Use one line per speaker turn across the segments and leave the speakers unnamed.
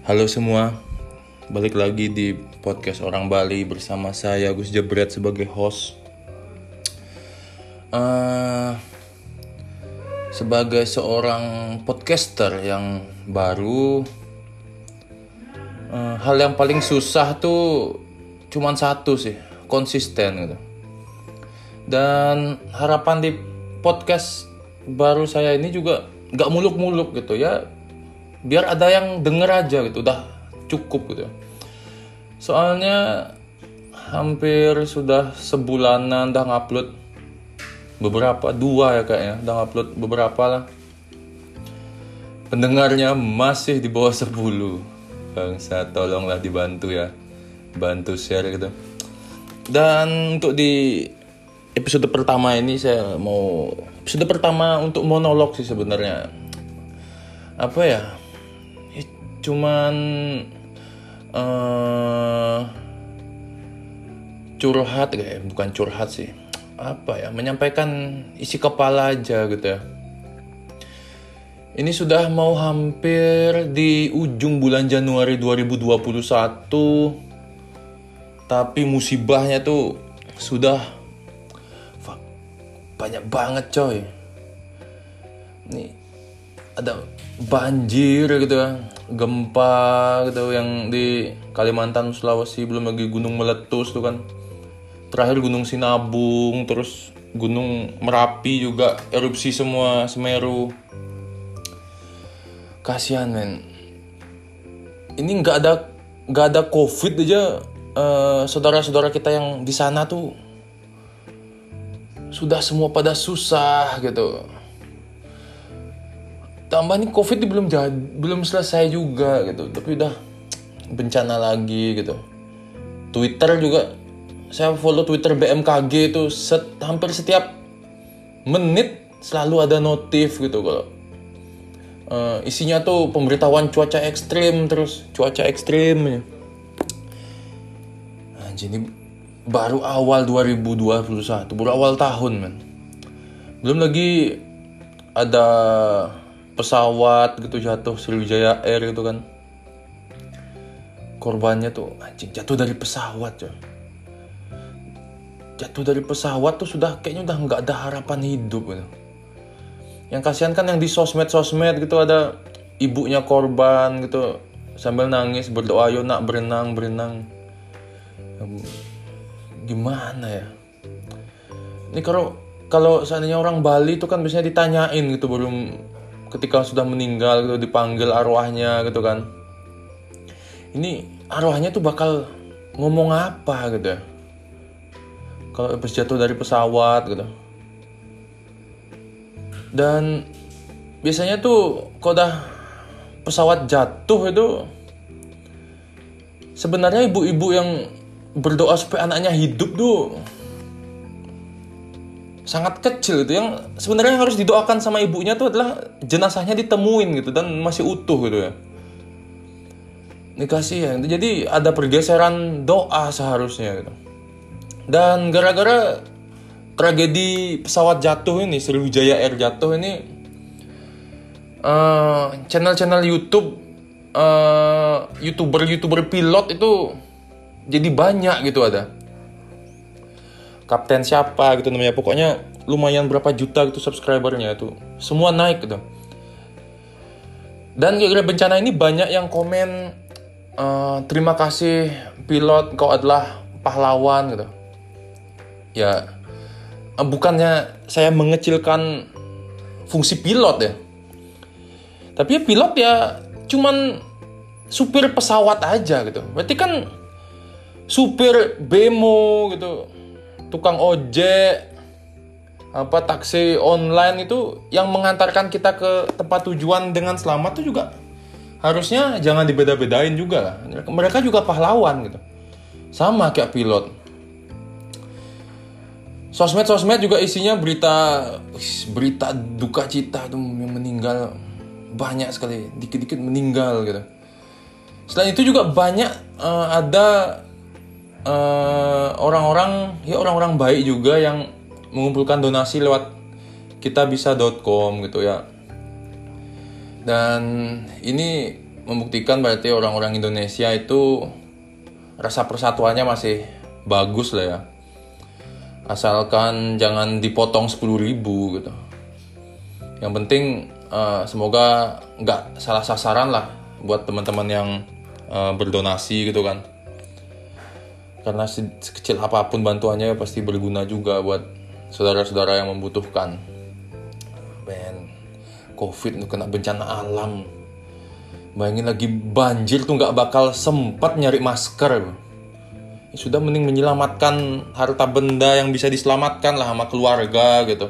Halo semua, balik lagi di podcast Orang Bali bersama saya Gus Jebret sebagai host. Sebagai seorang podcaster yang baru, hal yang paling susah tuh cuman satu sih, konsisten gitu. Dan harapan di podcast baru saya ini juga gak muluk-muluk gitu ya, biar ada yang denger aja gitu, udah cukup gitu. Soalnya hampir sudah sebulanan udah ngupload beberapa, 2 ya kayaknya, udah ngupload beberapa lah. Pendengarnya masih di bawah 10. Bangsa, tolonglah dibantu ya, bantu share gitu. Dan untuk di episode pertama ini saya mau episode pertama untuk monolog sih sebenarnya. Apa ya? Cuman curhat kayak, bukan curhat sih. Apa ya? Menyampaikan isi kepala aja gitu ya. Ini sudah mau hampir di ujung bulan Januari 2021. Tapi musibahnya tuh sudah banyak banget coy. Nih ada banjir gitu ya, gempa gitu yang di Kalimantan, Sulawesi, belum lagi gunung meletus tuh kan. Terakhir Gunung Sinabung, terus Gunung Merapi juga erupsi semua, Semeru. Kasihan men. Ini nggak ada COVID aja, saudara-saudara kita yang di sana tuh sudah semua pada susah gitu. Tambah nih COVID belum selesai juga gitu, tapi udah bencana lagi gitu. Twitter juga, saya follow Twitter BMKG itu hampir setiap menit selalu ada notif gitu kalau isinya tuh pemberitahuan cuaca ekstrim terus, cuaca ekstrim. Anjir, ini baru awal 2021, baru awal tahun men. Belum lagi ada pesawat gitu jatuh, Sriwijaya Air gitu kan. Korbannya tuh anjing jatuh dari pesawat coy. Jatuh dari pesawat tuh sudah kayaknya udah nggak ada harapan hidup gitu. Yang kasihan kan yang di sosmed gitu, ada ibunya korban gitu sambil nangis berdoa, "Ayo nak, berenang." Gimana ya? Ini kalau seandainya orang Bali itu kan biasanya ditanyain gitu baru ketika sudah meninggal gitu, dipanggil arwahnya gitu kan. Ini arwahnya tuh bakal ngomong apa gitu ya, kalau habis jatuh dari pesawat gitu. Dan biasanya tuh kalau udah pesawat jatuh itu sebenarnya ibu-ibu yang berdoa supaya anaknya hidup tuh sangat kecil gitu. Yang sebenarnya yang harus didoakan sama ibunya tuh adalah jenazahnya ditemuin gitu dan masih utuh gitu ya. Ini kasihan. Jadi ada pergeseran doa seharusnya gitu. Dan gara-gara tragedi pesawat jatuh ini, Sriwijaya Air jatuh ini, channel-channel YouTube, YouTuber pilot itu jadi banyak gitu ada. Kapten siapa gitu namanya, pokoknya lumayan berapa juta gitu subscribernya itu, semua naik gitu. Dan gara-gara bencana ini banyak yang komen, terima kasih pilot, kau adalah pahlawan gitu. Ya bukannya saya mengecilkan fungsi pilot ya, tapi ya pilot ya cuman supir pesawat aja gitu. Berarti kan supir bemo gitu, tukang ojek, taksi online itu yang mengantarkan kita ke tempat tujuan dengan selamat tuh juga harusnya jangan dibeda-bedain juga lah. Mereka juga pahlawan gitu, sama kayak pilot. Sosmed juga isinya berita duka cita tuh, yang meninggal banyak sekali, dikit-dikit meninggal gitu. Selain itu juga banyak ada orang-orang baik juga yang mengumpulkan donasi lewat kitabisa.com gitu ya. Dan ini membuktikan berarti orang-orang Indonesia itu rasa persatuannya masih bagus lah ya. Asalkan jangan dipotong 10.000 gitu. Yang penting semoga nggak salah sasaran lah buat teman-teman yang berdonasi gitu kan. Karena sekecil apapun bantuannya pasti berguna juga buat saudara-saudara yang membutuhkan. Covid itu kena bencana alam. Bayangin lagi banjir tuh nggak bakal sempat nyari masker. Sudah mending menyelamatkan harta benda yang bisa diselamatkan lah sama keluarga gitu.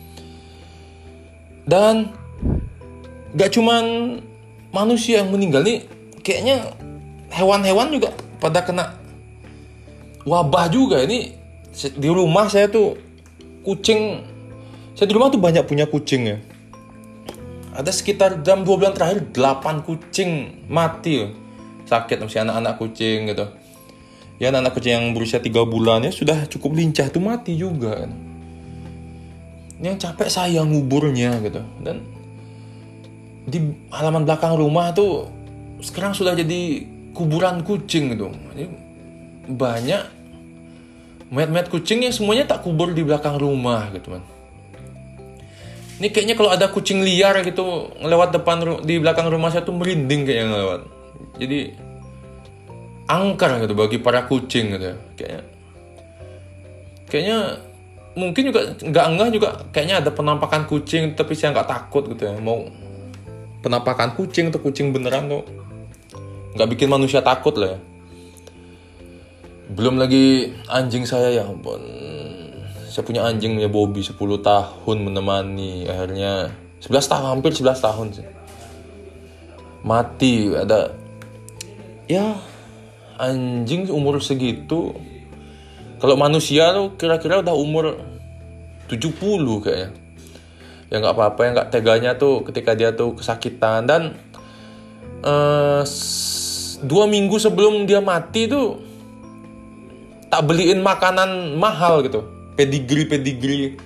Dan gak cuman manusia yang meninggal nih, kayaknya hewan-hewan juga pada kena wabah juga. Ini di rumah saya tuh kucing, saya di rumah tuh banyak punya kucing ya. Ada sekitar dalam 2 bulan terakhir 8 kucing mati loh. Sakit masih anak-anak kucing gitu. Ya anak kucing yang berusia 3 bulan ya sudah cukup lincah tuh mati juga kan. Yang capek saya nguburnya gitu. Dan di halaman belakang rumah tuh sekarang sudah jadi kuburan kucing gitu. Jadi banyak mayat-mayat kucing yang semuanya tak kubur di belakang rumah gitu kan. Ini kayaknya kalau ada kucing liar gitu ngelewat di belakang rumah saya tuh merinding kayaknya ngelewat. Jadi angker gitu bagi para kucing gitu ya. Kayaknya mungkin juga enggak juga kayaknya ada penampakan kucing tapi saya nggak takut gitu ya. Mau penampakan kucing atau kucing beneran tuh nggak bikin manusia takut lah ya. Belum lagi anjing saya, ya ampun. Saya punya anjing ya Bobby 10 tahun menemani. Akhirnya 11 tahun, hampir 11 tahun sih. Mati. Ada ya anjing umur segitu. Kalau manusia tuh kira-kira udah umur 70 kayaknya. Ya gak apa-apa, yang gak teganya tuh ketika dia tuh kesakitan. Dan 2 minggu sebelum dia mati tuh tak beliin makanan mahal gitu. Pedigree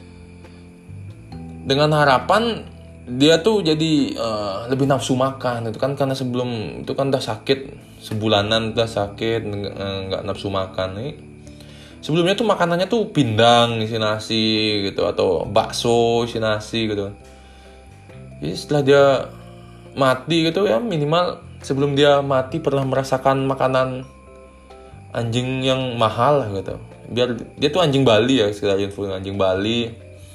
dengan harapan dia tuh jadi lebih nafsu makan itu kan, karena sebelum itu kan udah sakit sebulanan, udah sakit nggak nafsu makan nih. Sebelumnya tuh makanannya tuh pindang isi nasi gitu atau bakso isi nasi gitu. Jadi setelah dia mati gitu ya, minimal sebelum dia mati pernah merasakan makanan anjing yang mahal gitu. Biar dia tuh anjing Bali ya, sekalian info anjing Bali.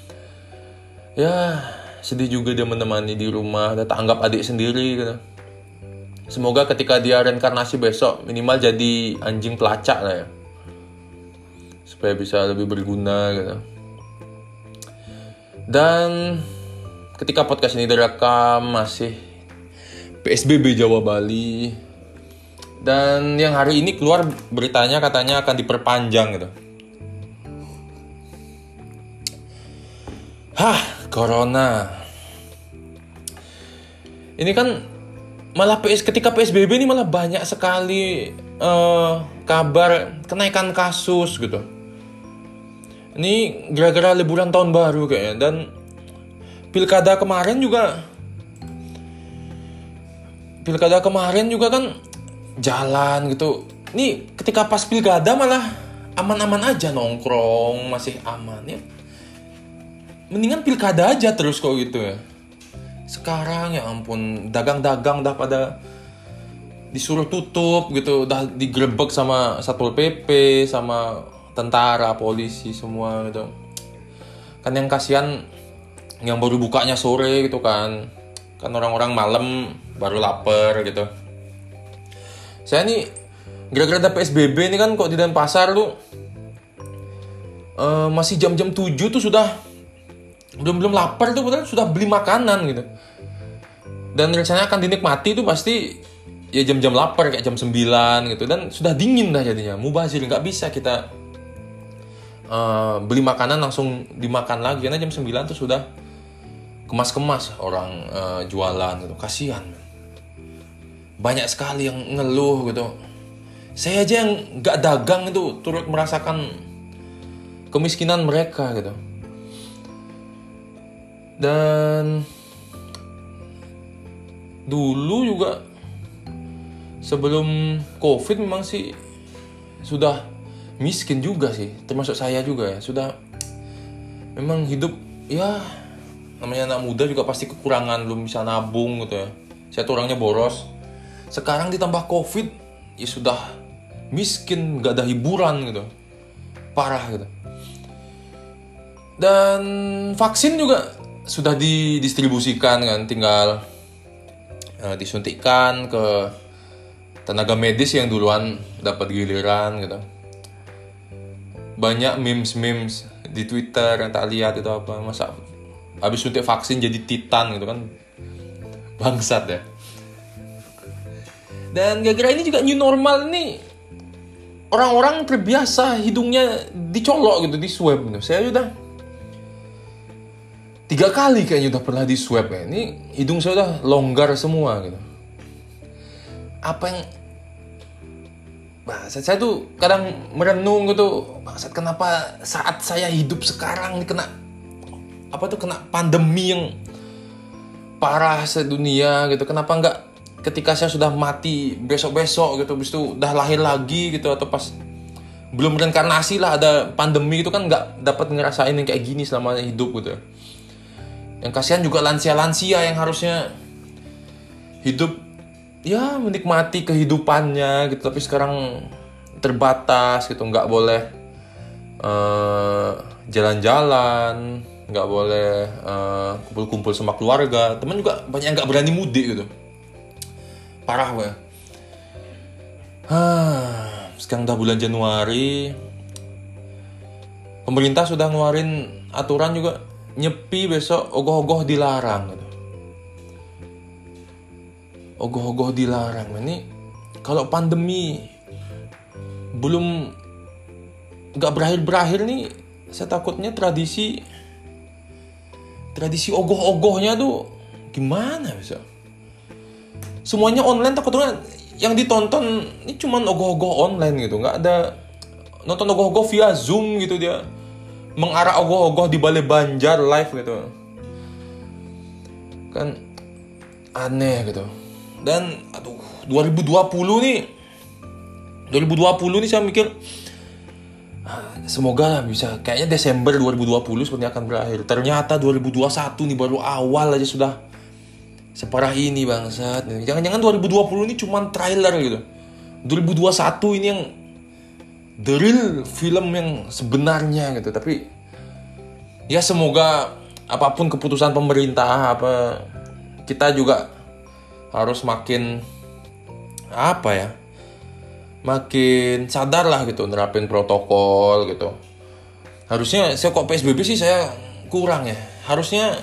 Ya sedih juga dia menemani di rumah, dan tak anggap adik sendiri gitu. Semoga ketika dia reinkarnasi besok minimal jadi anjing pelacak lah ya, supaya bisa lebih berguna gitu. Dan ketika podcast ini direkam masih PSBB Jawa Bali. Dan yang hari ini keluar beritanya katanya akan diperpanjang gitu. Corona. Ini kan malah ketika PSBB ini malah banyak sekali kabar kenaikan kasus gitu. Ini gara-gara liburan tahun baru kayaknya. Dan pilkada kemarin juga kan jalan gitu. Nih ketika pas pilkada malah aman-aman aja, nongkrong masih aman ya. Mendingan pilkada aja terus kok gitu ya. Sekarang ya ampun, dagang-dagang dah pada disuruh tutup gitu, udah digerebek sama Satpol PP, sama tentara, polisi semua gitu. Kan yang kasihan yang baru bukanya sore gitu kan. Kan orang-orang malam baru lapar gitu. Saya nih gara-gara ada PSBB ini kan kok di Denpasar tuh masih jam-jam 7 tuh sudah belum lapar tuh, padahal sudah beli makanan gitu. Dan rencananya akan dinikmati tuh pasti ya jam-jam lapar kayak jam 9 gitu. Dan sudah dingin dah jadinya, mubazir, nggak bisa kita beli makanan langsung dimakan lagi, karena jam 9 tuh sudah kemas-kemas orang jualan gitu. Kasihan, banyak sekali yang ngeluh gitu. Saya aja yang nggak dagang itu turut merasakan kemiskinan mereka gitu. Dan dulu juga sebelum COVID memang sih sudah miskin juga sih, termasuk saya juga ya. Sudah memang hidup ya, namanya anak muda juga pasti kekurangan, belum bisa nabung gitu ya. Saya tuh orangnya boros. Sekarang ditambah COVID, ya sudah miskin, gak ada hiburan gitu. Parah gitu. Dan vaksin juga sudah didistribusikan kan, tinggal disuntikkan ke tenaga medis yang duluan dapat giliran gitu. Banyak memes di Twitter yang tak lihat itu apa, masa habis suntik vaksin jadi titan gitu kan, bangsat ya. Dan gara-gara ini juga new normal nih, orang-orang terbiasa hidungnya dicolok gitu, di swab gitu. Saya udah 3 kali kayaknya udah pernah di swab ya. Ini hidung saya udah longgar semua gitu. Apa yang saya tuh kadang merenung gitu, bangsat kenapa saat saya hidup sekarang nih kena pandemi yang parah sedunia gitu. Kenapa nggak ketika saya sudah mati besok-besok gitu, habis itu udah lahir lagi gitu, atau pas belum reinkarnasi lah ada pandemi itu kan nggak dapat ngerasain yang kayak gini selama hidup gitu. Yang kasihan juga lansia-lansia yang harusnya hidup ya menikmati kehidupannya gitu, tapi sekarang terbatas gitu, nggak boleh jalan-jalan, nggak boleh kumpul-kumpul sama keluarga. Temen juga banyak yang nggak berani mudik gitu, parah gue. Sekarang udah bulan Januari, pemerintah sudah ngeluarin aturan juga, nyepi besok ogoh-ogoh dilarang gitu. Ogoh-ogoh dilarang. Ini kalau pandemi belum nggak berakhir nih, saya takutnya tradisi ogoh-ogohnya tuh gimana bisa? Semuanya online, takutnya yang ditonton ini cuman ogoh-ogoh online gitu, nggak ada nonton ogoh-ogoh via Zoom gitu, dia mengarah ogoh-ogoh di Balai Banjar live gitu kan, aneh gitu. Dan 2020 nih saya mikir semoga bisa, kayaknya Desember 2020 sepertinya akan berakhir. Ternyata 2021 nih baru awal aja sudah separah ini bangsat. Jangan-jangan 2020 ini cuma trailer gitu, 2021 ini yang the real film yang sebenarnya gitu. Tapi ya semoga apapun keputusan pemerintah apa, kita juga harus makin makin sadar lah gitu, nerapin protokol gitu. Harusnya saya kok PSBB sih saya kurang ya. Harusnya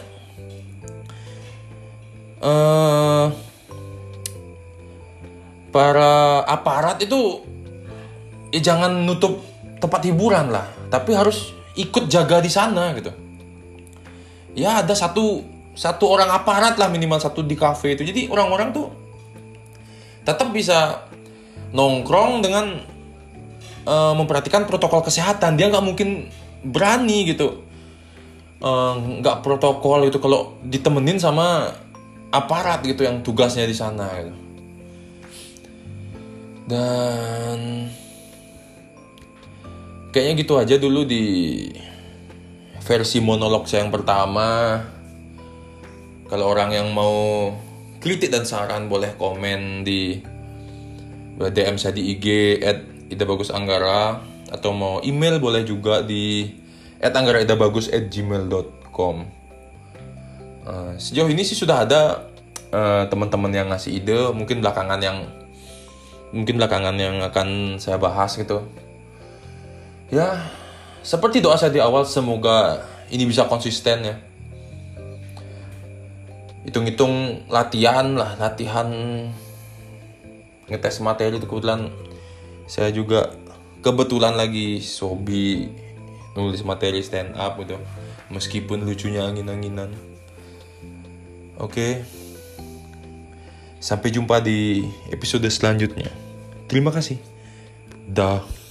para aparat itu ya jangan nutup tempat hiburan lah, tapi harus ikut jaga di sana gitu. Ya ada satu orang aparat lah minimal, satu di kafe itu. Jadi orang-orang tuh tetap bisa nongkrong dengan memperhatikan protokol kesehatan. Dia nggak mungkin berani gitu nggak protokol itu kalau ditemenin sama aparat gitu yang tugasnya di sana gitu. Dan kayaknya gitu aja dulu di versi monolog saya yang pertama. Kalau orang yang mau kritik dan saran boleh komen di DM saya di IG @idabagusanggara, atau mau email boleh juga di @anggaraidabagus@gmail.com. Sejauh ini sih sudah ada teman-teman yang ngasih ide, mungkin belakangan yang akan saya bahas gitu. Ya, seperti doa saya di awal, semoga ini bisa konsisten ya. Hitung-hitung latihan ngetes materi itu. Kebetulan saya juga lagi hobi nulis materi stand up gitu, meskipun lucunya angin-anginan. Oke. Sampai jumpa di episode selanjutnya. Terima kasih. Dah.